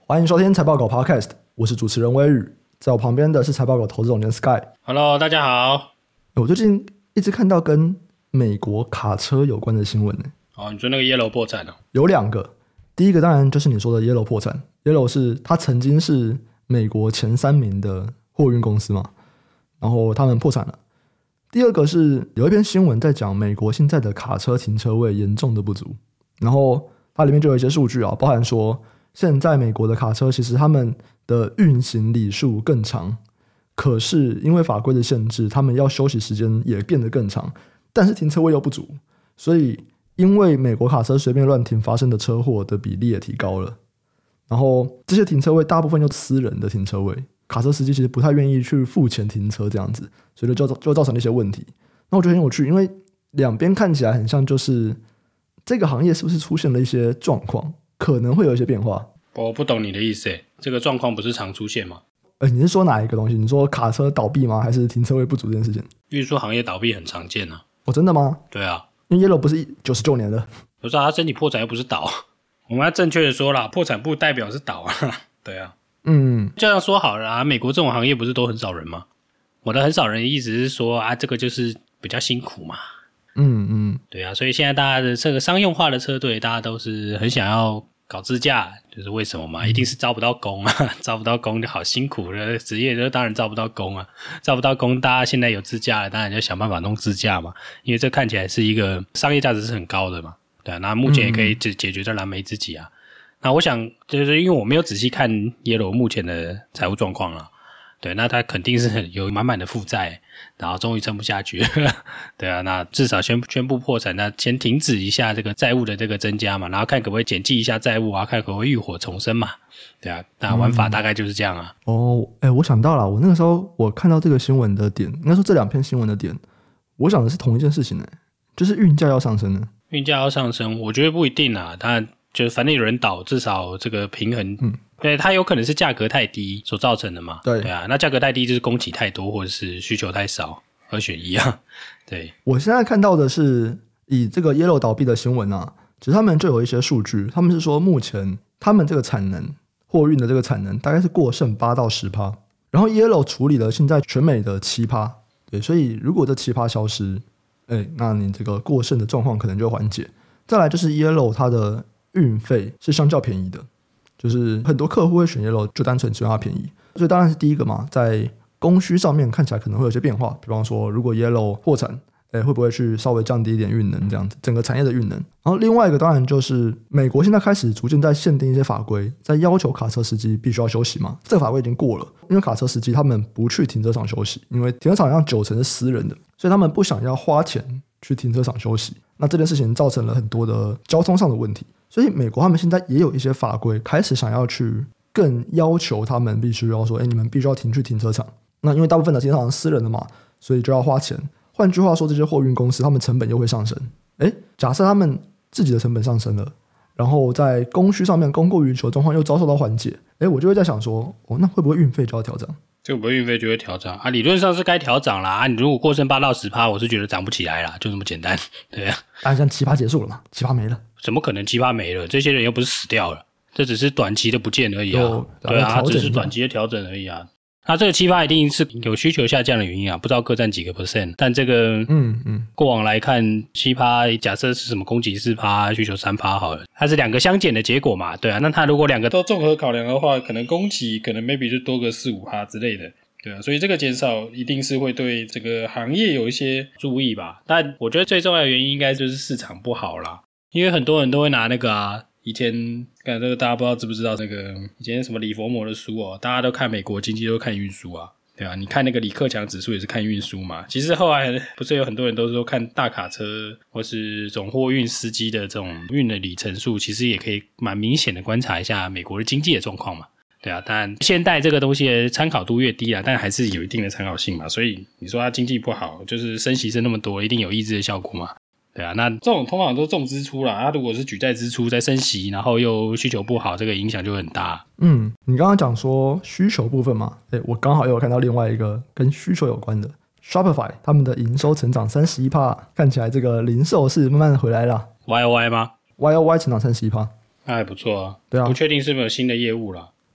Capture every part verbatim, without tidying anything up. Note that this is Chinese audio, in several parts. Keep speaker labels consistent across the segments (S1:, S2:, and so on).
S1: 欢迎收听财报狗 Podcast， 我是主持人威宇，在我旁边的是财报狗投资总监 Sky。Hello，
S2: 大家好。
S1: 我最近一直看到跟美国卡车有关的新闻呢。
S2: 哦，你说那个 Yellow 破产了？
S1: 有两个，第一个当然就是你说的 Yellow 破产。Yellow 是它曾经是美国前三名的货运公司嘛，然后他们破产了。第二个是有一篇新闻在讲美国现在的卡车停车位严重的不足，然后它里面就有一些数据啊，包含说现在美国的卡车其实他们的运行里数更长，可是因为法规的限制，他们要休息时间也变得更长，但是停车位又不足，所以因为美国卡车随便乱停发生的车祸的比例也提高了，然后这些停车位大部分又私人的停车位，卡车司机其实不太愿意去付钱停车这样子，所以就就造成了一些问题。那我觉得很有趣，因为两边看起来很像，就是这个行业是不是出现了一些状况，可能会有一些变化。
S2: 我不懂你的意思耶，这个状况不是常出现吗？
S1: 呃，你是说哪一个东西？你说卡车倒闭吗？还是停车位不足这件事情？
S2: 运输行业倒闭很常见啊。
S1: 哦，真的吗？
S2: 对啊，
S1: 因为 Yellow 不是九十九年的。
S2: 不是啊，他申请破产又不是倒。我们要正确的说啦，破产不代表是倒啊。对啊，
S1: 嗯，
S2: 这样说好了啊，美国这种行业不是都很少人吗？我的很少人的意思是说啊，这个就是比较辛苦嘛。
S1: 嗯嗯，
S2: 对啊，所以现在大家的这个商用化的车队，大家都是很想要搞自驾，就是为什么嘛？一定是招不到工啊，招不到工就好辛苦的职业，就当然招不到工啊，招不到工，大家现在有自驾了，当然就想办法弄自驾嘛，因为这看起来是一个商业价值是很高的嘛，对啊，那目前也可以解解决这燃眉之急啊。那我想就是因为我没有仔细看 Yellow 目前的财务状况了。对，那他肯定是有满满的负债，然后终于撑不下去对啊，那至少宣宣布破产，那先停止一下这个债务的这个增加嘛，然后看可不可以减记一下债务啊，看可不可以浴火重生嘛。对啊，那玩法大概就是这样啊。
S1: 嗯、哦，哎，我想到了，我那个时候我看到这个新闻的点，应该说这两篇新闻的点，我想的是同一件事情呢，就是运价要上升呢。
S2: 运价要上升，我觉得不一定啊，当然就反正有人倒，至少这个平衡。
S1: 嗯。
S2: 对，它有可能是价格太低所造成的嘛。
S1: 对
S2: 对啊，那价格太低就是供给太多或者是需求太少，二选一啊。对，
S1: 我现在看到的是以这个 Yellow 倒闭的新闻啊，其实他们就有一些数据，他们是说目前他们这个产能货运的这个产能大概是过剩 百分之八到十， 然后 Yellow 处理了现在全美的 百分之七， 对，所以如果这 百分之七 消失，哎，那你这个过剩的状况可能就缓解。再来就是 Yellow 它的运费是相较便宜的，就是很多客户会选 Yellow 就单纯只因为它便宜，所以当然是第一个嘛，在供需上面看起来可能会有些变化，比方说如果 Yellow 破产，诶会不会去稍微降低一点运能这样子，整个产业的运能。然后另外一个当然就是美国现在开始逐渐在限定一些法规，在要求卡车司机必须要休息嘛，这个法规已经过了，因为卡车司机他们不去停车场休息，因为停车场上九成是私人的，所以他们不想要花钱去停车场休息，那这件事情造成了很多的交通上的问题，所以美国他们现在也有一些法规开始想要去更要求他们必须要说，哎，你们必须要停去停车场。那因为大部分的停车场是私人的嘛，所以就要花钱。换句话说，这些货运公司他们成本又会上升。哎，假设他们自己的成本上升了，然后在供需上面供过于求状况又遭受到缓解，哎，我就会在想说，哦，那会不会运费就要调涨？
S2: 这个不会运费就会调涨啊，理论上是该调涨啦啊，你如果过剩 百分之八到十， 我是觉得涨不起来啦，就这么简单。对啊，
S1: 啊，像七趴结束了嘛，七趴没了，
S2: 怎么可能七趴没了？这些人又不是死掉了，这只是短期的不见而已啊。对啊，只是短期的调整而已啊。那这个七趴一定是有需求下降的原因啊，不知道各占几个 percent， 但这个嗯嗯，过往来看七趴，假设是什么供给四趴，需求三趴好了，它是两个相减的结果嘛，对啊，那它如果两个都综合考量的话，可能供给可能 maybe 就多个四五趴之类的。对啊，所以这个减少一定是会对这个行业有一些注意吧，但我觉得最重要的原因应该就是市场不好啦，因为很多人都会拿那个啊，以前看这个大家不知道知不知道那个以前什么李佛摩的书哦，大家都看美国经济都看运输啊，对啊，你看那个李克强指数也是看运输嘛，其实后来不是有很多人都说看大卡车或是总货运司机的这种运的里程数，其实也可以蛮明显的观察一下美国的经济的状况嘛。对啊，当然现代这个东西的参考度越低啊，但还是有一定的参考性嘛，所以你说它经济不好，就是升息升那么多，一定有抑制的效果嘛。对啊，那这种通常都是重支出啦，它如果是举债支出再升息，然后又需求不好，这个影响就很大。
S1: 嗯，你刚刚讲说需求部分嘛，诶，我刚好又有看到另外一个跟需求有关的 Shopify， 他们的营收成长 百分之三十一， 看起来这个零售是慢慢回来了。
S2: Y O Y 吗？
S1: Y O Y 成长 百分之三十一，
S2: 那还不错啊。
S1: 对啊，
S2: 不确定是不是有新的业务啦。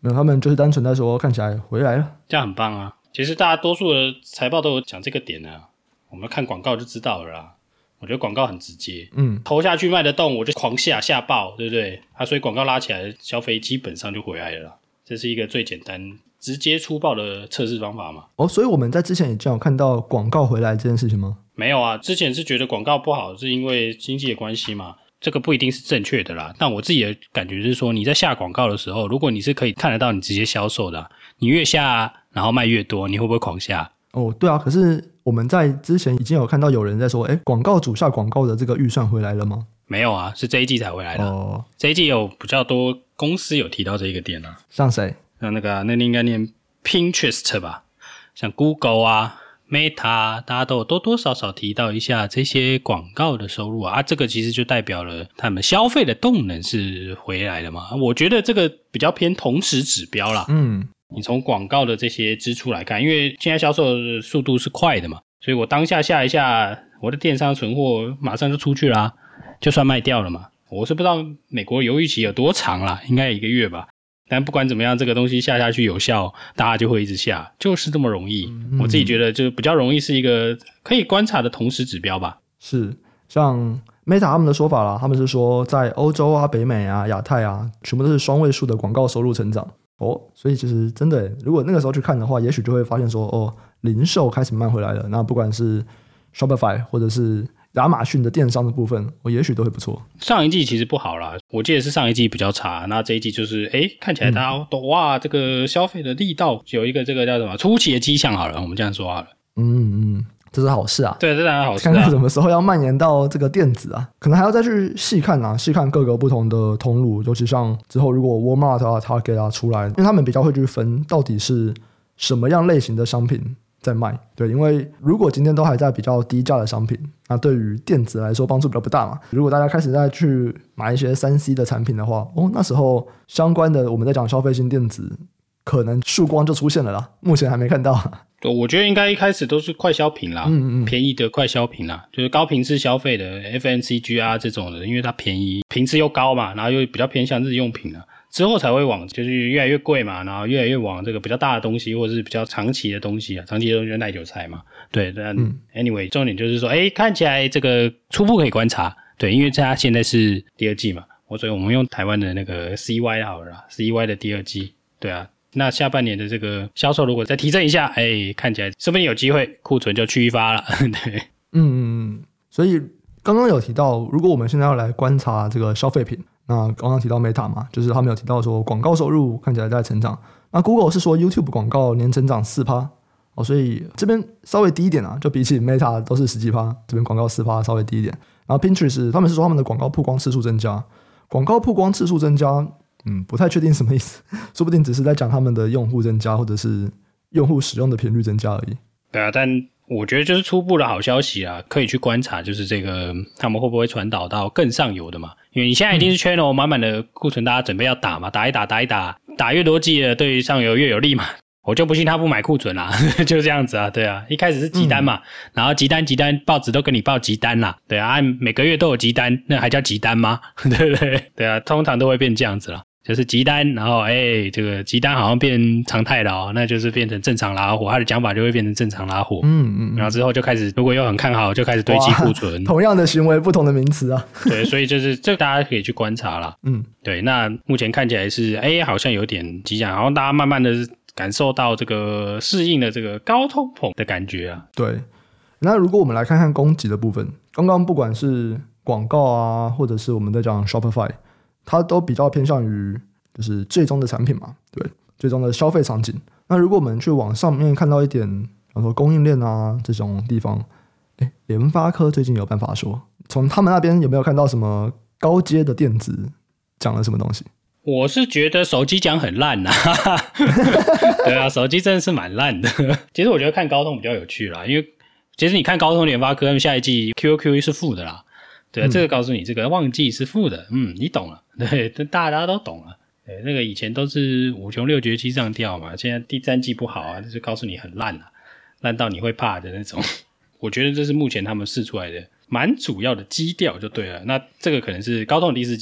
S1: 没有，他们就是单纯在说看起来回来了，
S2: 这样很棒啊。其实大家多数的财报都有讲这个点啊，我们看广告就知道了啦。我觉得广告很直接，嗯，投下去卖得动，我就狂下下爆，对不对？啊，所以广告拉起来，消费基本上就回来了啦。这是一个最简单、直接粗暴的测试方法嘛。
S1: 哦，所以我们在之前已经有看到广告回来这件事情吗？
S2: 没有啊，之前是觉得广告不好，是因为经济的关系嘛。这个不一定是正确的啦，但我自己的感觉是说，你在下广告的时候，如果你是可以看得到你直接销售的、啊，你越下然后卖越多，你会不会狂下？
S1: 哦，对啊，可是我们在之前已经有看到有人在说，诶，广告主下广告的这个预算回来了吗？
S2: 没有啊，是这一季才回来的。哦，这一季有比较多公司有提到这一个点啊，
S1: 像谁？
S2: 像那个、啊、那应该念 Pinterest 吧，像 Google 啊。Meta 大家都有多多少少提到一下这些广告的收入啊，啊这个其实就代表了他们消费的动能是回来了嘛。我觉得这个比较偏同时指标啦。嗯，你从广告的这些支出来看，因为现在销售的速度是快的嘛，所以我当下下一下我的电商存货马上就出去啦，就算卖掉了嘛。我是不知道美国犹豫期有多长啦，应该有一个月吧。但不管怎么样，这个东西下下去有效，大家就会一直下，就是这么容易。嗯、我自己觉得就比较容易是一个可以观察的同时指标吧。
S1: 是，像 Meta 他们的说法啦，他们是说在欧洲啊、北美啊、亚太啊，全部都是双位数的广告收入成长。哦，所以其实真的，如果那个时候去看的话，也许就会发现说，哦，零售开始慢回来了。那不管是 Shopify 或者是亚马逊的电商的部分，我也许都会不错。
S2: 上一季其实不好啦，我记得是上一季比较差，那这一季就是诶看起来大家都、嗯、哇这个消费的力道有一个这个叫什么初期的迹象好了，我们这样说好了。
S1: 嗯嗯，这是好事啊。
S2: 对，这当然好事啊。
S1: 看看什么时候要蔓延到这个电子啊，可能还要再去细看啊，细看各个不同的通路，尤其像之后如果 Walmart 啊、Target 啊出来，因为他们比较会去分到底是什么样类型的商品在卖。对，因为如果今天都还在比较低价的商品，那对于电子来说帮助比较不大嘛。如果大家开始再去买一些 三 C 的产品的话，哦，那时候相关的我们在讲消费性电子可能曙光就出现了啦，目前还没看到。
S2: 我觉得应该一开始都是快消品啦，嗯嗯，便宜的快消品啦，就是高频次消费的 F M C G 啊这种的，因为它便宜，频次又高嘛，然后又比较偏向日用品啊，之后才会往就是越来越贵嘛，然后越来越往这个比较大的东西或者是比较长期的东西啊，长期的东西就耐久材嘛，对，但 anyway、嗯、重点就是说，诶看起来这个初步可以观察，对，因为它现在是第二季嘛，所以我们用台湾的那个 C Y 好了啦 ，C Y 的第二季，对啊。那下半年的这个销售如果再提升一下，哎，看起来说不定有机会库存就去发了。对，
S1: 嗯嗯，所以刚刚有提到，如果我们现在要来观察这个消费品，那刚刚提到 Meta 嘛，就是他们有提到说广告收入看起来在成长。那 Google 是说 YouTube 广告年成长 百分之四 哦，所以这边稍微低一点啊，就比起 Meta 都是十几%，这边广告 百分之四 稍微低一点。然后 Pinterest 他们是说他们的广告曝光次数增加，广告曝光次数增加。嗯，不太确定什么意思，说不定只是在讲他们的用户增加，或者是用户使用的频率增加而已。
S2: 对啊，但我觉得就是初步的好消息啊，可以去观察，就是这个他们会不会传导到更上游的嘛？因为你现在一定是 channel 满满的库存，大家准备要打嘛，打一打，打一打，打越多季了，对于上游越有利嘛。我就不信他不买库存啦，就这样子啊，对啊，一开始是急单嘛，嗯、然后急单急单，报纸都跟你报急单啦，对啊，每个月都有急单，那还叫急单吗？对不对？对啊，通常都会变这样子啦。就是急单，然后哎，这个急单好像变常态了哦，那就是变成正常拉货，他的讲法就会变成正常拉货。嗯嗯，然后之后就开始，如果又很看好，就开始堆积库存。
S1: 同样的行为，不同的名词啊。
S2: 对，所以就是这大家可以去观察啦。嗯，对，那目前看起来是哎，好像有点迹象，好像大家慢慢的感受到这个适应的这个高通膨的感觉啊。
S1: 对，那如果我们来看看供给的部分，刚刚不管是广告啊，或者是我们在讲 Shopify。它都比较偏向于就是最终的产品嘛，对，最终的消费场景。那如果我们去往上面看到一点，比方说供应链啊这种地方，诶，联发科最近有办法说，从他们那边有没有看到什么高阶的电子讲了什么东西？
S2: 我是觉得手机讲很烂啊，对啊，手机真的是蛮烂的。其实我觉得看高通比较有趣啦，因为其实你看高通、联发科，他们下一季 Q Q 是负的啦。对啊，这个告诉你，这个旺季是负的，嗯，你懂了，对，大家都懂了。对，那个以前都是五穷六绝七上吊嘛，现在第三季不好啊，就是告诉你很烂啊，烂到你会怕的那种。我觉得这是目前他们释出来的蛮主要的基调就对了。那这个可能是高通的第四季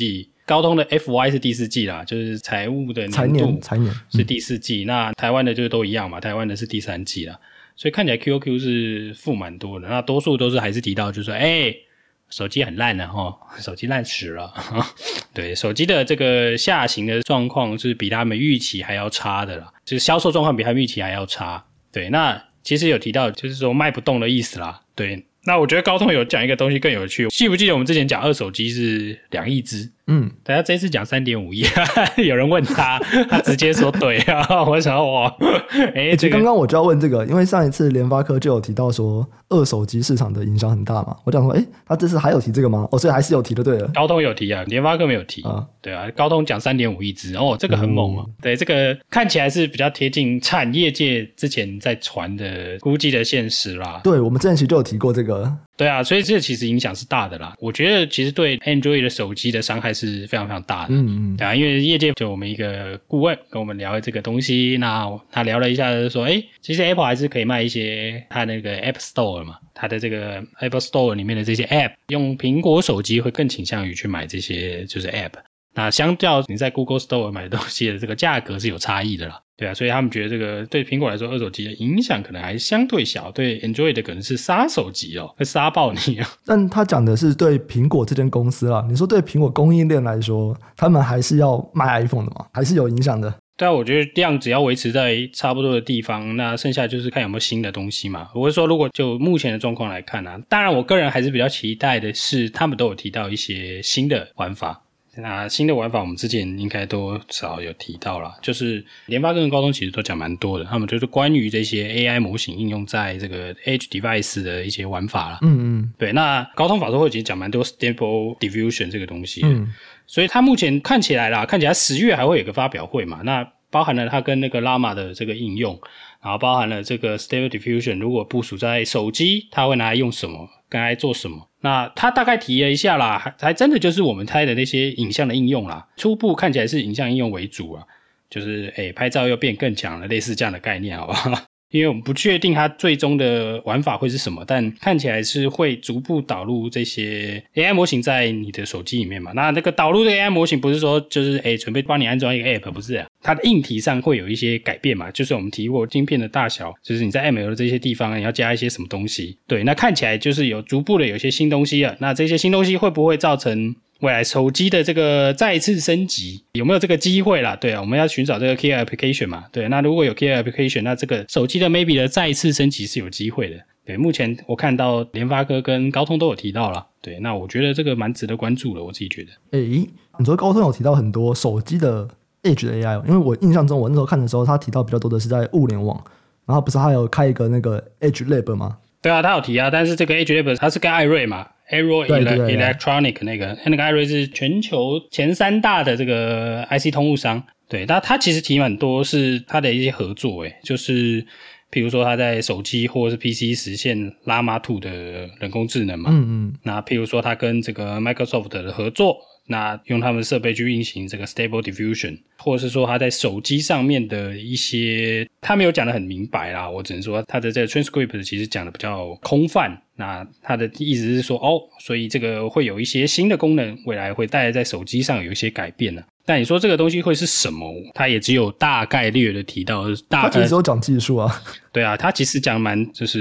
S2: 高通的 F Y 是第四季啦，就是财务的
S1: 财年财年
S2: 是第四季、嗯、那台湾的就都一样嘛，台湾的是第三季啦，所以看起来 Q O Q 是负蛮多的，那多数都是还是提到就是说哎，手机很烂了齁，手机烂死了对，手机的这个下行的状况是比他们预期还要差的啦，就是销售状况比他们预期还要差。对，那其实有提到就是说卖不动的意思啦。对，那我觉得高通有讲一个东西更有趣，记不记得我们之前讲二手机是两亿只？嗯，大家这次讲 三点五亿有人问他他直接说对啊我想哇诶、欸这个、
S1: 刚刚我就要问这个，因为上一次联发科就有提到说二手机市场的影响很大嘛，我讲说诶、欸、他这次还有提这个吗？哦，所以还是有提的对了。
S2: 高通有提啊，联发科没有提啊。对啊，高通讲 三点五亿只，哦，这个很猛啊、嗯、对，这个看起来是比较贴近产业界之前在传的估计的现实啦。
S1: 对，我们之前其实就有提过这个。
S2: 对啊，所以这其实影响是大的啦。我觉得其实对 Android 的手机的伤害是非常非常大的。嗯嗯，对啊，因为业界就我们一个顾问跟我们聊这个东西，那他聊了一下就说，诶其实 Apple 还是可以卖一些他那个 App Store 嘛，他的这个 Apple Store 里面的这些 App， 用苹果手机会更倾向于去买这些就是 App。那相较你在 Google Store 买的东西的这个价格是有差异的啦。对啊，所以他们觉得这个对苹果来说二手机的影响可能还相对小，对 Android 的可能是杀手级哦，会杀爆你啊。
S1: 但他讲的是对苹果这间公司啦，你说对苹果供应链来说，他们还是要卖 iPhone 的嘛，还是有影响的。
S2: 对啊，我觉得量只要维持在差不多的地方，那剩下就是看有没有新的东西嘛。我是说如果就目前的状况来看啊，当然我个人还是比较期待的是他们都有提到一些新的玩法。那新的玩法我们之前应该多少有提到啦，就是联发科跟高通其实都讲蛮多的，他们就是关于这些 A I 模型应用在这个 Edge Device 的一些玩法啦。嗯嗯，对，那高通法说会其实讲蛮多 Stable Diffusion 这个东西的，嗯，所以他目前看起来啦，看起来十月还会有个发表会嘛，那包含了它跟那个 Llama 的这个应用，然后包含了这个 Stable Diffusion 如果部署在手机它会拿来用什么，该来做什么。那他大概提了一下啦，还还真的就是我们猜的那些影像的应用啦，初步看起来是影像应用为主啊，就是诶拍照又变更强了，类似这样的概念好不好？因为我们不确定它最终的玩法会是什么，但看起来是会逐步导入这些 A I 模型在你的手机里面嘛。那这个导入的 A I 模型不是说就是诶准备帮你安装一个 App， 不是啊，它的硬体上会有一些改变嘛，就是我们提过晶片的大小，就是你在 M L 的这些地方你要加一些什么东西。对，那看起来就是有逐步的有些新东西了，那这些新东西会不会造成未来手机的这个再次升级，有没有这个机会啦？对啊，我们要寻找这个 Key Application 嘛。对，那如果有 Key Application， 那这个手机的 maybe 的再次升级是有机会的。对，目前我看到联发科跟高通都有提到啦。对，那我觉得这个蛮值得关注的，我自己觉得。
S1: 诶，你说高通有提到很多手机的 Edge 的 A I， 因为我印象中我那时候看的时候，他提到比较多的是在物联网，然后不是他有开一个那个 Edge Lab 吗？
S2: 对啊，他有提啊，但是这个 Edge Lab 它是跟艾瑞嘛。Arrow Electronic 那个那个艾瑞是全球前三大的这个 I C 通路商，对，但他其实提蛮多是他的一些合作，诶，就是譬如说他在手机或者是 P C 实现 Llama 二的人工智能嘛，嗯嗯，那譬如说他跟这个 Microsoft 的合作，那用他们设备去运行这个 Stable Diffusion， 或者是说他在手机上面的一些，他没有讲得很明白啦，我只能说他的这个 transcript 其实讲得比较空泛，那他的意思是说哦，所以这个会有一些新的功能，未来会带来在手机上有一些改变呢。但你说这个东西会是什么？他也只有大概略的提到，大
S1: 他其实有讲技术啊，
S2: 对啊，他其实讲蛮就是。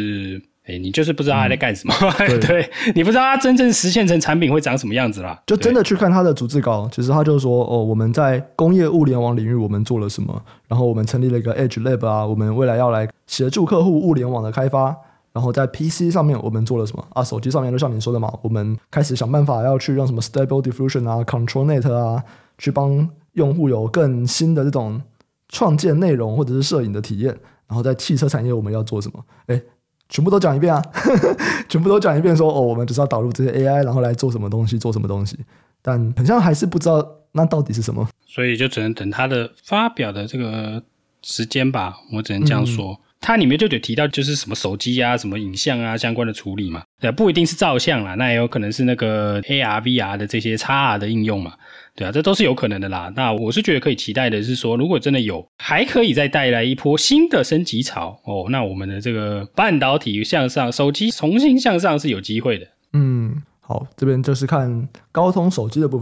S2: 欸、你就是不知道他在干什么、嗯、对, 对，你不知道他真正实现成产品会长什么样子啦，
S1: 就真的去看他的逐字稿，其实他就说哦，我们在工业物联网领域我们做了什么，然后我们成立了一个 Edge Lab 啊，我们未来要来协助客户物联网的开发，然后在 P C 上面我们做了什么啊，手机上面就像你说的嘛，我们开始想办法要去用什么 Stable Diffusion 啊 ControlNet 啊，去帮用户有更新的这种创建内容或者是摄影的体验，然后在汽车产业我们要做什么，诶全部都讲一遍啊全部都讲一遍说哦，我们就是要导入这些 A I 然后来做什么东西做什么东西，但很像还是不知道那到底是什么，
S2: 所以就只能等他的发表的这个时间吧，我只能这样说、嗯、它里面就有提到就是什么手机啊什么影像啊相关的处理嘛，对啊，不一定是照相啦，那也有可能是那个 A R V R 的这些 X R 的应用嘛，对啊，这都是有可能的啦。那我是觉得可以期待的是说，如果真的有，还可以再带来一波新的升级潮哦，那我们的这个半导体向上，手机重新向上是有机会的。
S1: 嗯，好，这边就是看高通手机的部分。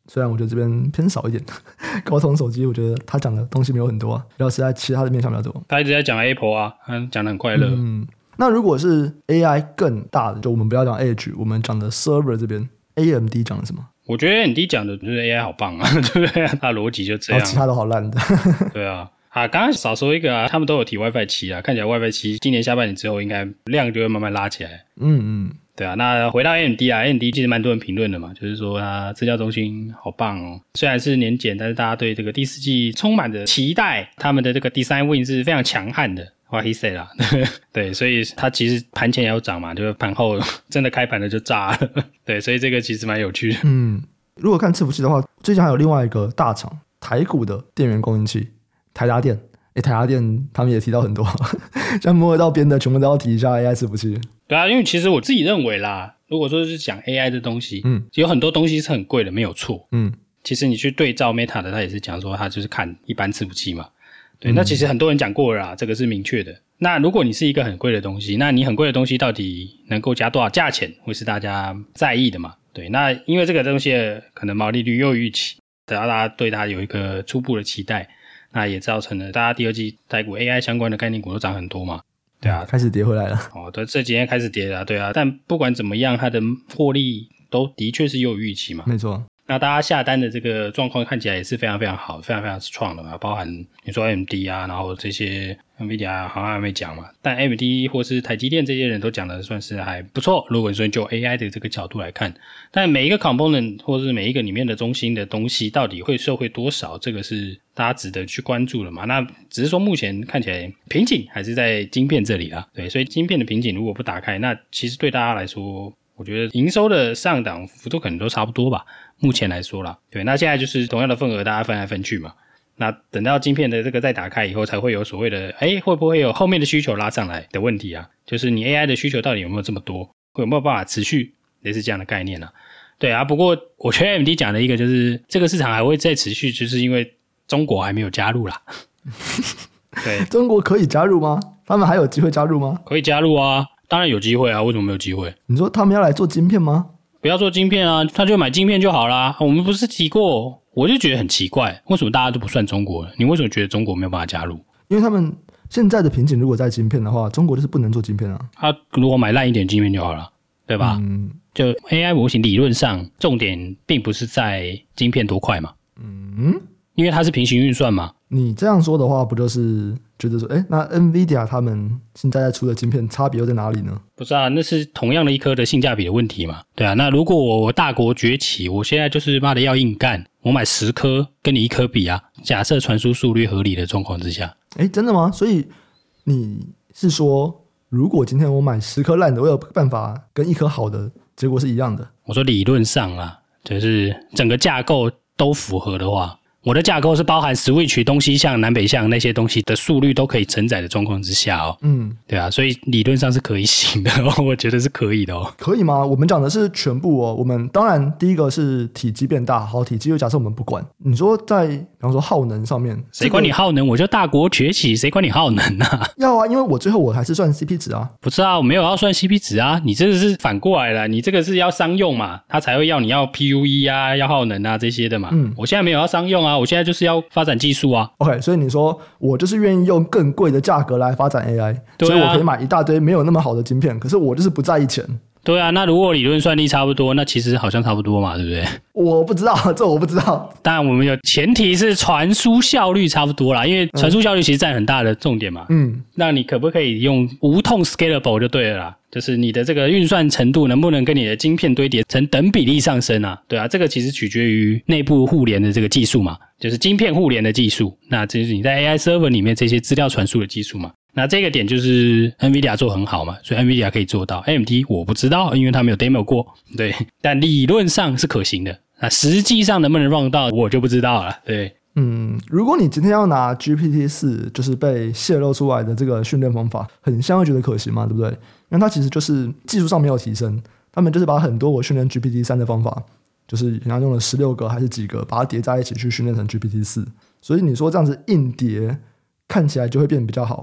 S1: 虽然我觉得这边偏少一点，高通手机我觉得他讲的东西没有很多啊，比较是在其他的面向比较多。
S2: 他一直在讲 Apple 啊，他讲的很快乐。
S1: 嗯，那如果是 A I 更大的，就我们不要讲 Edge， 我们讲的 Server 这边 A M D 讲的什么？
S2: 我觉得 A M D 讲的就是 A I 好棒啊，对不对？他的逻辑就这样，
S1: 然后其他都好烂的。
S2: 对啊。啊，刚刚少说一个啊，他们都有提 WiFi 七啊，看起来 WiFi 七今年下半年之后应该量就会慢慢拉起来。
S1: 嗯嗯，
S2: 对啊。那回到 A M D 啊 ，A M D 其实蛮多人评论的嘛，就是说它资料中心好棒哦，虽然是年减，但是大家对这个第四季充满着期待，他们的这个 Design Win 是非常强悍的。What he said 啦，对，所以它其实盘前也有涨嘛，就是盘后真的开盘了就炸了，对，所以这个其实蛮有趣的。
S1: 嗯，如果看伺服器的话，最近还有另外一个大厂台股的电源供应器。台达电，诶，台达电他们也提到很多，像摸得到边的全部都要提一下 A I 伺服器。
S2: 对啊，因为其实我自己认为啦，如果说是讲 A I 的东西，嗯，有很多东西是很贵的，没有错，嗯，其实你去对照 Meta 的，他也是讲说他就是看一般伺服器嘛，对，嗯、那其实很多人讲过了啦，这个是明确的。那如果你是一个很贵的东西，那你很贵的东西到底能够加多少价钱，会是大家在意的嘛？对，那因为这个东西可能毛利率又预期，等到大家对它有一个初步的期待。那也造成了大家第二季台股 A I 相关的概念股都涨很多嘛，对啊，
S1: 开始跌回来了。
S2: 哦，对，这几天开始跌了，对啊，但不管怎么样，它的获利都的确是优于预期嘛，
S1: 没错。
S2: 那大家下单的这个状况看起来也是非常非常好，非常非常 strong 的嘛，包含你说 A M D 啊，然后这些 NVIDIA 好像还没讲嘛，但 A M D 或是台积电这些人都讲的算是还不错，如果说就 A I 的这个角度来看，但每一个 component 或是每一个里面的中心的东西到底会受惠多少，这个是大家值得去关注的嘛。那只是说目前看起来瓶颈还是在晶片这里啦，对，所以晶片的瓶颈如果不打开，那其实对大家来说，我觉得营收的上档幅度可能都差不多吧，目前来说啦，对，那现在就是同样的份额大家分来分去嘛，那等到晶片的这个再打开以后，才会有所谓的诶会不会有后面的需求拉上来的问题啊，就是你 A I 的需求到底有没有这么多，有没有办法持续，类似这样的概念啊。对啊，不过我觉得 A M D 讲的一个就是这个市场还会再持续，就是因为中国还没有加入啦。对，
S1: 中国可以加入吗？他们还有机会加入吗？
S2: 可以加入啊，当然有机会啊，为什么没有机会？
S1: 你说他们要来做晶片吗？
S2: 不要做晶片啊，他就买晶片就好啦。我们不是提过，我就觉得很奇怪，为什么大家都不算中国了？你为什么觉得中国没有办法加入？
S1: 因为他们现在的瓶颈如果在晶片的话，中国就是不能做晶片啊。
S2: 他如果买烂一点晶片就好了，对吧？嗯，就 A I 模型理论上重点并不是在晶片多快嘛，嗯，因为它是平行运算嘛。
S1: 你这样说的话，不就是觉得说，哎，那 NVIDIA 他们现在在出的晶片差别又在哪里呢？
S2: 不是啊，那是同样的一颗的性价比的问题嘛。对啊，那如果我大国崛起，我现在就是妈的要硬干，我买十颗跟你一颗比啊，假设传输速率合理的状况之下。
S1: 哎，真的吗？所以你是说，如果今天我买十颗烂的，我有办法跟一颗好的结果是一样的？
S2: 我说理论上啦，就是整个架构都符合的话，我的架构是包含 switch 东西向南北向那些东西的速率都可以承载的状况之下哦，嗯，对啊，所以理论上是可以行的哦，我觉得是可以的哦。
S1: 可以吗？我们讲的是全部哦。我们当然第一个是体积变大，好，体积就假设我们不管。你说在比方说耗能上面，
S2: 谁管你耗能？我就大国崛起，谁管你耗能啊？
S1: 要啊，因为我最后我还是算 C P 值啊。
S2: 不是啊，我没有要算 C P 值啊，你这个是反过来了，你这个是要商用嘛，他才会要你要 P U E 啊，要耗能啊这些的嘛。嗯，我现在没有要商用啊。我现在就是要发展技术啊
S1: OK， 所以你说我就是愿意用更贵的价格来发展 A I，
S2: 对啊，
S1: 所以我可以买一大堆没有那么好的晶片，可是我就是不在意钱。
S2: 对啊，那如果理论算力差不多，那其实好像差不多嘛，对不对？
S1: 我不知道，这我不知道。
S2: 当然我们有前提是传输效率差不多啦，因为传输效率其实占很大的重点嘛。嗯，那你可不可以用无痛 scalable 就对了啦，就是你的这个运算程度能不能跟你的晶片堆叠成等比例上升啊？对啊，这个其实取决于内部互联的这个技术嘛，就是晶片互联的技术，那这就是你在 A I server 里面这些资料传输的技术嘛。那这个点就是 NVIDIA 做很好嘛，所以 NVIDIA 可以做到。A M D 我不知道，因为他没有 demo 过，对，但理论上是可行的。那实际上能不能 run 到，我就不知道了。对，
S1: 嗯，如果你今天要拿 G P T 四 就是被泄露出来的这个训练方法，很像会觉得可行嘛，对不对？因为它其实就是技术上没有提升，他们就是把很多我训练 G P T 三 的方法，就是人家用了十六个还是几个，把它叠在一起去训练成 G P T 四，所以你说这样子硬叠看起来就会变得比较好。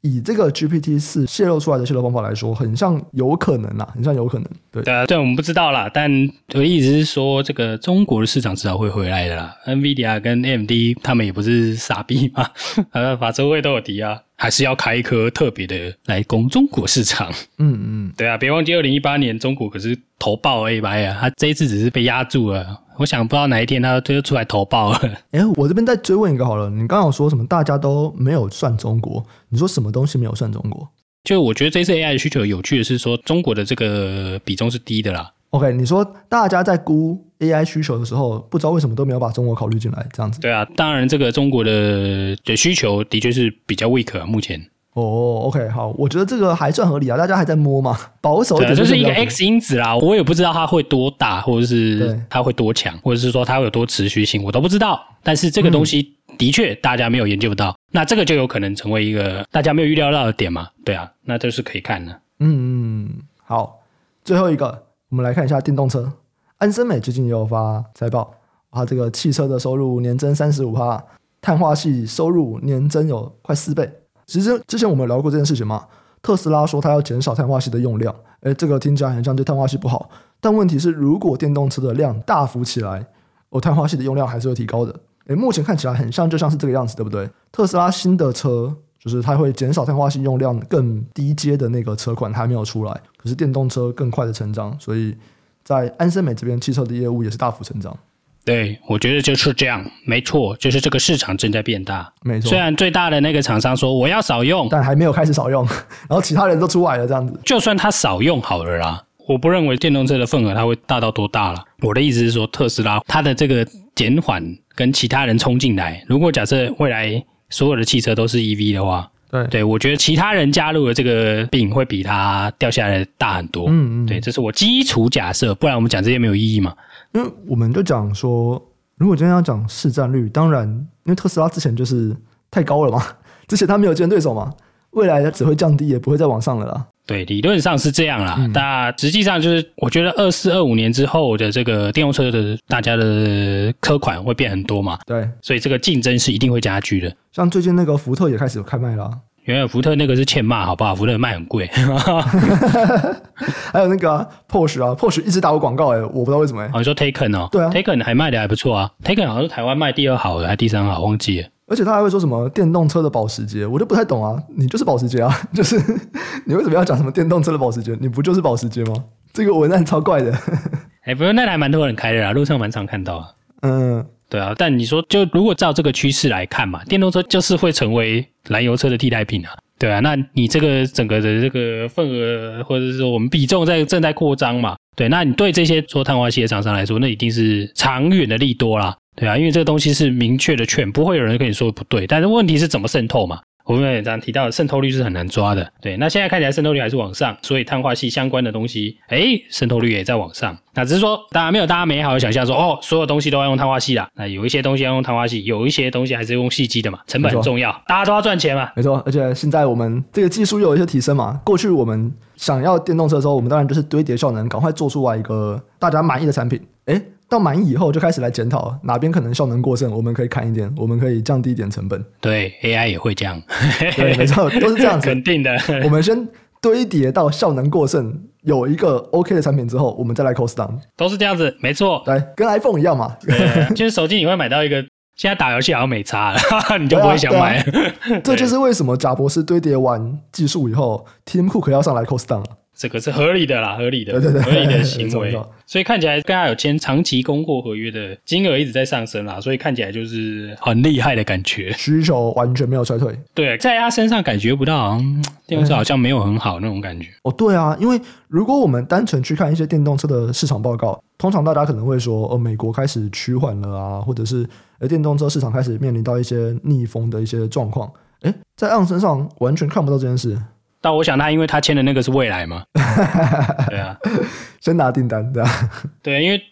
S1: 以这个 G P T 四 泄露出来的泄露方法来说，很像有可能啦，很像有可能。对
S2: 对啊，对我们不知道啦，但我的意思是说，这个中国的市场迟早会回来的啦。NVIDIA 跟 A M D 他们也不是傻逼嘛，呃，法周会都有提啊，还是要开一颗特别的来攻中国市场。
S1: 嗯嗯，
S2: 对啊，别忘记二零一八年中国可是投爆 A 百啊，他这一次只是被压住了。我想不知道哪一天他就出来投爆了。
S1: 哎，我这边再追问一个好了，你刚刚有说什么大家都没有算中国，你说什么东西没有算中国？
S2: 就我觉得这次 A I 的需求有趣的是说中国的这个比重是低的啦。
S1: OK， 你说大家在估 A I 需求的时候，不知道为什么都没有把中国考虑进来，这样子。
S2: 对啊，当然这个中国的的需求的确是比较 weak 啊，目前。
S1: 哦 ，OK， 好，我觉得这个还算合理啊，大家还在摸嘛，保守一点
S2: 就，就是一个 X 因子啦，我也不知道它会多大，或者是它会多强，或者是说它会有多持续性，我都不知道。但是这个东西的确大家没有研究到，嗯、那这个就有可能成为一个大家没有预料到的点嘛，对啊，那这是可以看的。
S1: 嗯嗯，好，最后一个，我们来看一下电动车。安森美最近也有发财报，它这个汽车的收入年增 百分之三十五， 碳化系收入年增有快四倍。其实之前我们有聊过这件事情嘛，特斯拉说它要减少碳化系的用量，诶，这个听起来很像对碳化系不好，但问题是如果电动车的量大幅起来，哦，碳化系的用量还是会提高的。诶，目前看起来很像就像是这个样子，对不对？特斯拉新的车就是它会减少碳化系用量更低阶的那个车款还没有出来，可是电动车更快的成长，所以在安森美这边汽车的业务也是大幅成长。
S2: 对，我觉得就是这样，没错，就是这个市场正在变大。
S1: 没错，
S2: 虽然最大的那个厂商说我要少用，
S1: 但还没有开始少用，然后其他人都出来了，这样子。
S2: 就算他少用好了啦，我不认为电动车的份额它会大到多大了。我的意思是说，特斯拉它的这个减缓跟其他人冲进来，如果假设未来所有的汽车都是 E V 的话，
S1: 对
S2: 对，我觉得其他人加入的这个病会比它掉下来的大很多。嗯嗯，对，这是我基础假设，不然我们讲这些没有意义嘛。
S1: 因为我们就讲说，如果今天要讲市占率，当然，因为特斯拉之前就是太高了嘛，之前他没有竞争对手嘛，未来只会降低，也不会再往上了啦。
S2: 对，理论上是这样啦，嗯、但实际上就是我觉得二四二五年之后的这个电动车的大家的车款会变很多嘛，
S1: 对，
S2: 所以这个竞争是一定会加剧的。
S1: 像最近那个福特也开始有开卖啦。
S2: 原来福特那个是欠骂好不好？福特卖很贵。
S1: 还有那个、啊、Porsche 啊 Porsche 一直打我广告诶，我不知道为什么诶。
S2: 哦，你说 Taycan 哦？
S1: 对啊
S2: Taycan 还卖的还不错啊 Taycan 好像是台湾卖第二好的还第三好，忘记了。
S1: 而且他还会说什么电动车的保时捷，我就不太懂啊，你就是保时捷啊，就是你为什么要讲什么电动车的保时捷？你不就是保时捷吗？这个文案超怪的。
S2: 哎，不过那还蛮多人开的啦，路上蛮常看到啊。
S1: 嗯，
S2: 对啊，但你说就如果照这个趋势来看嘛，电动车就是会成为燃油车的替代品啊。对啊，那你这个整个的这个份额，或者是说我们比重在正在扩张嘛，对，那你对这些做碳化系的厂商来说，那一定是长远的利多啦，对啊，因为这个东西是明确的劝，不会有人跟你说不对，但是问题是怎么渗透嘛。我们也常提到渗透率是很难抓的，对，那现在看起来渗透率还是往上，所以碳化系相关的东西，诶，渗透率也在往上。那只是说，当然没有大家美好的想象说，哦，所有东西都要用碳化系啦。那有一些东西要用碳化系，有一些东西还是用细基的嘛，成本很重要，大家都要赚钱嘛。
S1: 没错，而且现在我们这个技术又有一些提升嘛。过去我们想要电动车的时候，我们当然就是堆叠效能，赶快做出来一个大家满意的产品。诶，到满意以后就开始来检讨哪边可能效能过剩，我们可以砍一点，我们可以降低一点成本。
S2: 对 ，A I 也会这样。
S1: 对，没错，都是这样子。
S2: 肯定的。
S1: 我们先堆叠到效能过剩，有一个 OK 的产品之后，我们再来 cost down。
S2: 都是这样子，没错。
S1: 对，跟 iPhone 一样嘛。
S2: 对，就是手机你会买到一个，现在打游戏好像没差了，你就不会想买。
S1: 对啊对啊、这就是为什么贾博士堆叠完技术以后 ，Tim Cook 要上来 cost down。
S2: 这个是合理的啦，合理的，
S1: 对对对，
S2: 合理的行为。所以看起来跟他有签长期供货合约的金额一直在上升啦，所以看起来就是很厉害的感觉，
S1: 需求完全没有衰退。
S2: 对，在他身上感觉不到好像电动车好像没有很好那种感觉。
S1: 哦，对啊，因为如果我们单纯去看一些电动车的市场报告，通常大家可能会说，哦，美国开始趋缓了啊，或者是呃电动车市场开始面临到一些逆风的一些状况。诶，在昂身上完全看不到这件事。
S2: 但我想他因为他签的那个是蔚来嘛。对啊，
S1: 先拿订单，对啊，
S2: 对，因为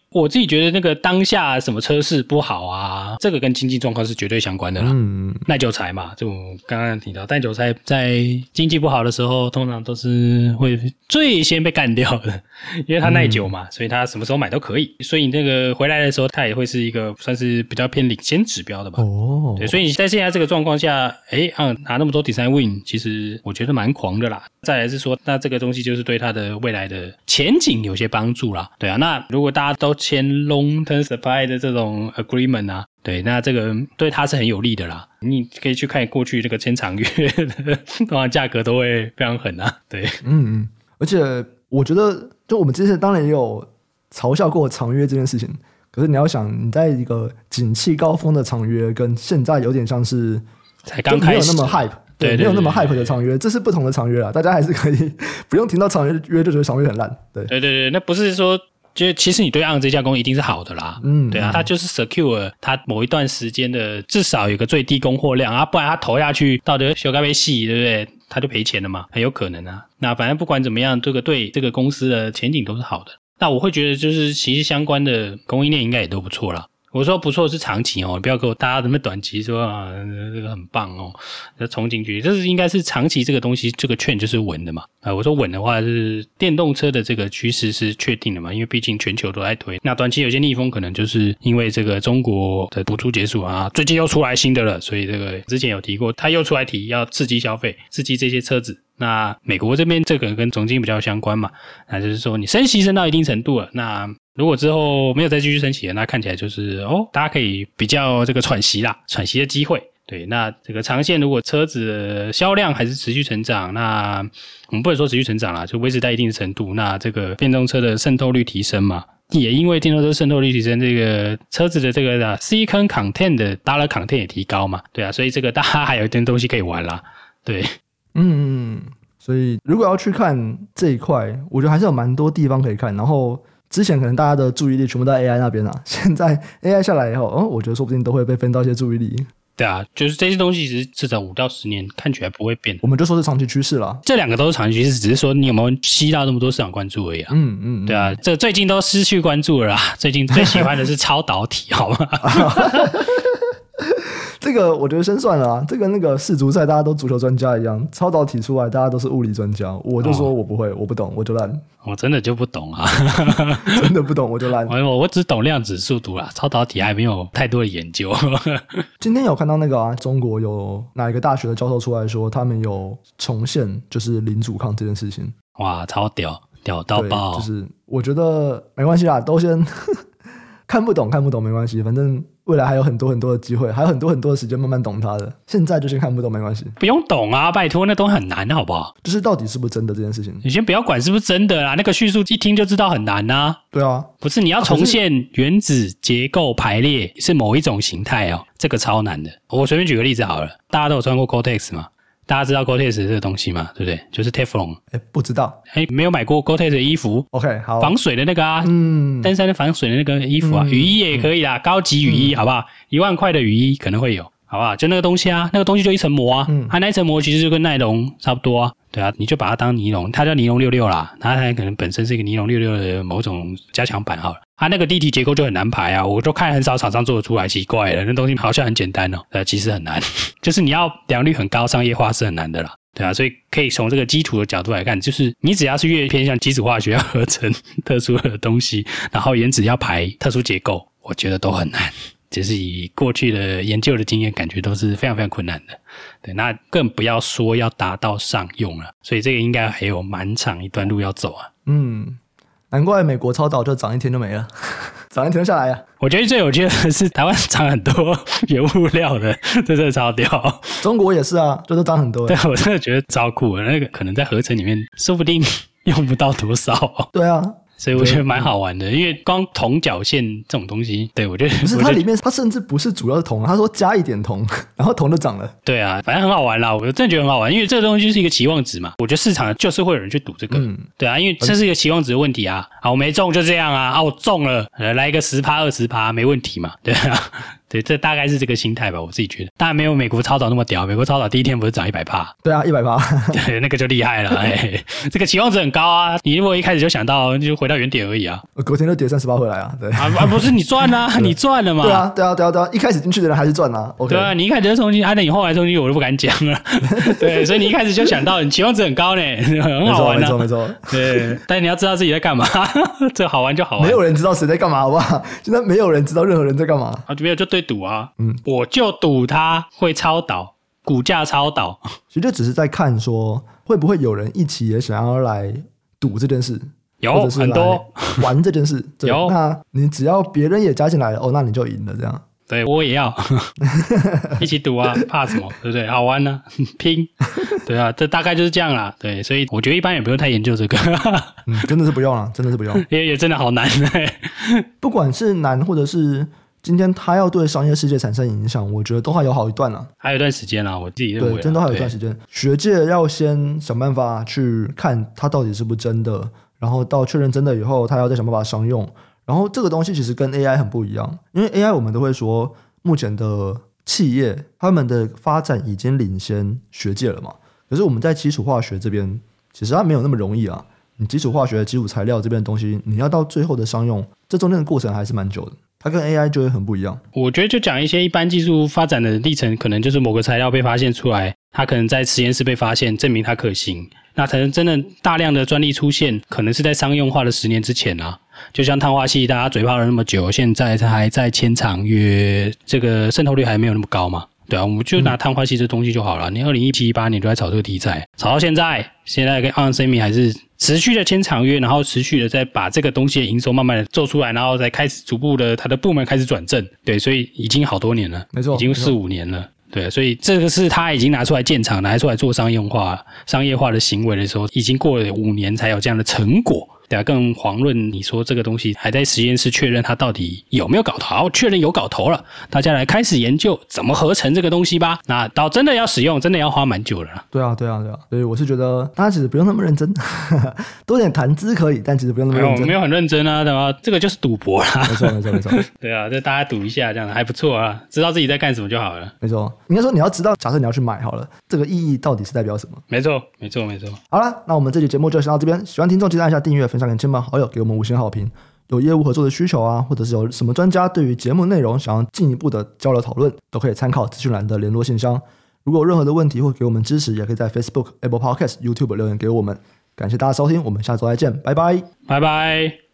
S2: 我自己觉得那个当下什么车市不好啊，这个跟经济状况是绝对相关的啦。嗯，耐久材嘛，就我刚刚提到，耐久材在经济不好的时候，通常都是会最先被干掉的，因为它耐久嘛，嗯、所以它什么时候买都可以。所以那个回来的时候，它也会是一个算是比较偏领先指标的吧。哦，对，所以在现在这个状况下，哎，啊，拿那么多 design win， 其实我觉得蛮狂的啦。再来是说，那这个东西就是对它的未来的前景有些帮助啦。对啊，那如果大家都签 long term supply 的这种 agreement 啊，对，那这个对它是很有利的啦。你可以去看过去这个签长约的，通常价格都会非常狠啊。对，
S1: 嗯嗯，而且我觉得，就我们之前当然也有嘲笑过长约这件事情，可是你要想，你在一个景气高峰的长约，跟现在有点像是
S2: 才刚开始，
S1: 没有那么 hype。对，没有那么 hype 的长约，这是不同的长约啦，大家还是可以不用听到长约就觉得长约很烂。对，
S2: 对对对，那不是说，就其实你对 on 这家公司一定是好的啦。嗯，对啊，它就是 secure 它某一段时间的至少有个最低供货量啊，不然它投下去到底修改被细，对不对？它就赔钱了嘛，很有可能啊。那反正不管怎么样，这个对这个公司的前景都是好的。那我会觉得就是其实相关的供应链应该也都不错啦。我说不错是长期哦，不要给我大家什么短期说啊这个很棒哦，冲进去，这是应该是长期这个东西，这个券就是稳的嘛。啊，我说稳的话是电动车的这个趋势是确定的嘛，因为毕竟全球都在推。那短期有些逆风可能就是因为这个中国的补助结束啊，最近又出来新的了，所以这个之前有提过，他又出来提要刺激消费，刺激这些车子。那美国这边这个跟总经比较相关嘛，那就是说你升息升到一定程度了，那如果之后没有再继续升息了，那看起来就是哦，大家可以比较这个喘息啦，喘息的机会。对，那这个长线如果车子的销量还是持续成长，那我们不能说持续成长啦，就维持在一定的程度，那这个电动车的渗透率提升嘛，也因为电动车渗透率提升，这个车子的这个 silicon content 的 dollar content 也提高嘛，对啊，所以这个大家还有一点东西可以玩啦，对。
S1: 嗯，所以如果要去看这一块，我觉得还是有蛮多地方可以看。然后之前可能大家的注意力全部在 A I 那边啊，现在 A I 下来以后，哦，我觉得说不定都会被分到一些注意力。
S2: 对啊，就是这些东西其实至少五到十年看起来不会变，
S1: 我们就说是长期趋势啦。
S2: 这两个都是长期趋势，只是说你有没有吸到那么多市场关注而已啊。嗯嗯，对啊，这最近都失去关注了啦。最近最喜欢的是超导体，好吗？
S1: 这个我觉得先算了啊，这个那个世足赛大家都足球专家一样，超导体出来大家都是物理专家，我就说我不会，哦、我不懂，我就烂。
S2: 我真的就不懂啊，
S1: 真的不懂我就烂。
S2: 我我只懂量子速读啦，超导体还没有太多的研究。
S1: 今天有看到那个啊，中国有哪一个大学的教授出来说，他们有重现就是零阻抗这件事情。
S2: 哇，超屌，屌到爆！
S1: 就是我觉得没关系啦，都先看不懂看不懂没关系，反正未来还有很多很多的机会，还有很多很多的时间慢慢懂它的。现在就先看不懂没关系，
S2: 不用懂啊，拜托，那东西很难，好不好？
S1: 就是到底是不是真的这件事情，
S2: 你先不要管是不是真的啦，那个叙述一听就知道很难啊。
S1: 对啊，
S2: 不是你要重现原子结构排列是某一种形态哦，这个超难的。我随便举个例子好了，大家都有穿过 Gore-Tex 吗？大家知道 Gore-Tex 这个东西吗？对不对？就是 Teflon。
S1: 哎，不知道。
S2: 哎，没有买过 Gore-Tex 的衣服
S1: ？OK， 好。
S2: 防水的那个啊，嗯，登山的防水的那个衣服啊，嗯、雨衣也可以啦，嗯、高级雨衣，嗯、好不好？一万块的雨衣可能会有，好不好？就那个东西啊，那个东西就一层膜啊，嗯、它那一层膜其实就跟耐龙差不多啊。对啊，你就把它当尼龙，它叫尼龙六六啦，它可能本身是一个尼龙六六的某种加强版好了。它那个地体结构就很难排啊，我就看很少厂商做得出来，奇怪了，那东西好像很简单哦，呃，其实很难，就是你要良率很高，商业化是很难的啦。对啊，所以可以从这个基础的角度来看，就是你只要是越偏向基础化学要合成特殊的东西，然后原子要排特殊结构，我觉得都很难。就是以过去的研究的经验，感觉都是非常非常困难的。对，那更不要说要达到商用了，所以这个应该还有蛮长一段路要走啊。
S1: 嗯，难怪美国超导就涨一天就没了，涨一天就下来了。
S2: 我觉得最有趣的是台湾涨很多原物料的，这真的超屌。
S1: 中国也是啊，就都涨很多。
S2: 对，我真的觉得超酷的，那个可能在合成里面，说不定用不到多少。
S1: 对啊。
S2: 所以我觉得蛮好玩的，因为光铜角线这种东西，对我觉得
S1: 不是它里面，它甚至不是主要是铜，他说加一点铜，然后铜就涨了。
S2: 对啊，反正很好玩啦，我真的觉得很好玩，因为这个东西就是一个期望值嘛。我觉得市场就是会有人去赌这个，嗯、对啊，因为这是一个期望值的问题啊。啊，我没中就这样啊，啊，我中了，呃、来一个十趴二十趴没问题嘛，对啊。 对，这大概是这个心态吧，我自己觉得。当然没有美国超导那么屌，美国超导第一天不是涨 百分之百？
S1: 对啊 百分之百
S2: 对，那个就厉害了。哎，这个期望值很高啊，你如果一开始就想到就回到原点而已啊，
S1: 隔天就跌三十八回来啊。对
S2: 啊啊，不是你赚啊你赚了嘛。
S1: 对啊对啊对啊对啊，一开始进去的人还是赚啊。 OK，
S2: 对啊，你一开始就冲进，啊那你后来冲进去我就不敢讲了。对，所以你一开始就想到你期望值很高呢，很好玩啊。
S1: 没错没错没错。
S2: 对，但你要知道自己在干嘛。这好玩就好玩，
S1: 没有人知道谁在干嘛，好不好？现在没有人知道任何人在干嘛
S2: 啊，没有就对赌啊。嗯，我就赌他会超导，股价超导。
S1: 其实就只是在看说会不会有人一起也想要来赌这件事，
S2: 有很多
S1: 玩这件事。
S2: 有，
S1: 那你只要别人也加进来了，哦，那你就赢了，这样。
S2: 对，我也要一起赌啊，怕什么？对不对？好玩呢、啊，拼。对啊，这大概就是这样啦。对，所以我觉得一般也不用太研究这个。
S1: 嗯，真的是不用了，真的是不用，
S2: 也也真的好难。
S1: 不管是难，或者是今天它要对商业世界产生影响，我觉得都还有好一段啦，
S2: 还有一段时间啦，我自己认为、啊。
S1: 对，真的还有一段时间。学界要先想办法去看它到底是不是真的，然后到确认真的以后，它要再想办法商用。然后这个东西其实跟 A I 很不一样，因为 A I 我们都会说目前的企业他们的发展已经领先学界了嘛，可是我们在基础化学这边其实它没有那么容易啊。你基础化学基础材料这边的东西，你要到最后的商用，这中间的过程还是蛮久的，它跟 A I 就会很不一样。
S2: 我觉得就讲一些一般技术发展的历程，可能就是某个材料被发现出来，它可能在实验室被发现，证明它可行，那可能真的大量的专利出现，可能是在商用化的十年之前啊。就像碳化系，大家嘴炮了那么久，现在还在签长约，这个渗透率还没有那么高嘛。对啊，我们就拿碳化系这东西就好了。你二零一七、一八年就在炒这个题材，炒到现在，现在跟 ON Semi 还是持续的签长约，然后持续的在把这个东西的营收慢慢的做出来，然后再开始逐步的它的部门开始转正。对，所以已经好多年了，
S1: 没错，
S2: 已经四五年了。对，所以这个是他已经拿出来建厂，拿出来做商业化、商业化的行为的时候，已经过了五年才有这样的成果。对啊，更遑论你说这个东西还在实验室确认它到底有没有搞头，好，确认有搞头了，大家来开始研究怎么合成这个东西吧。那到真的要使用，真的要花蛮久了啦。
S1: 对啊，对啊，对啊，所以我是觉得大家其实不用那么认真，多点谈资可以，但其实不用那么认真。
S2: 没有，没有很认真啊，对吧？这个就是赌博啦。
S1: 没错，没错，没错。
S2: 对啊，就大家赌一下，这样还不错啊，知道自己在干什么就好了。
S1: 没错，应该说你要知道，假设你要去买好了，这个意义到底是代表什么？
S2: 没错，没错，没错。
S1: 好了，那我们这期节目就先到这边。喜欢听众记得按一下订阅，分享给亲朋好友，给我们五星好评。有业务合作的需求啊，或者是有什么专家对于节目内容想要进一步的交流讨论，都可以参考资讯栏的联络信箱。如果有任何的问题或给我们支持，也可以在 Facebook、Apple Podcast、YouTube 留言给我们。感谢大家收听，我们下周再见，拜拜，
S2: 拜拜。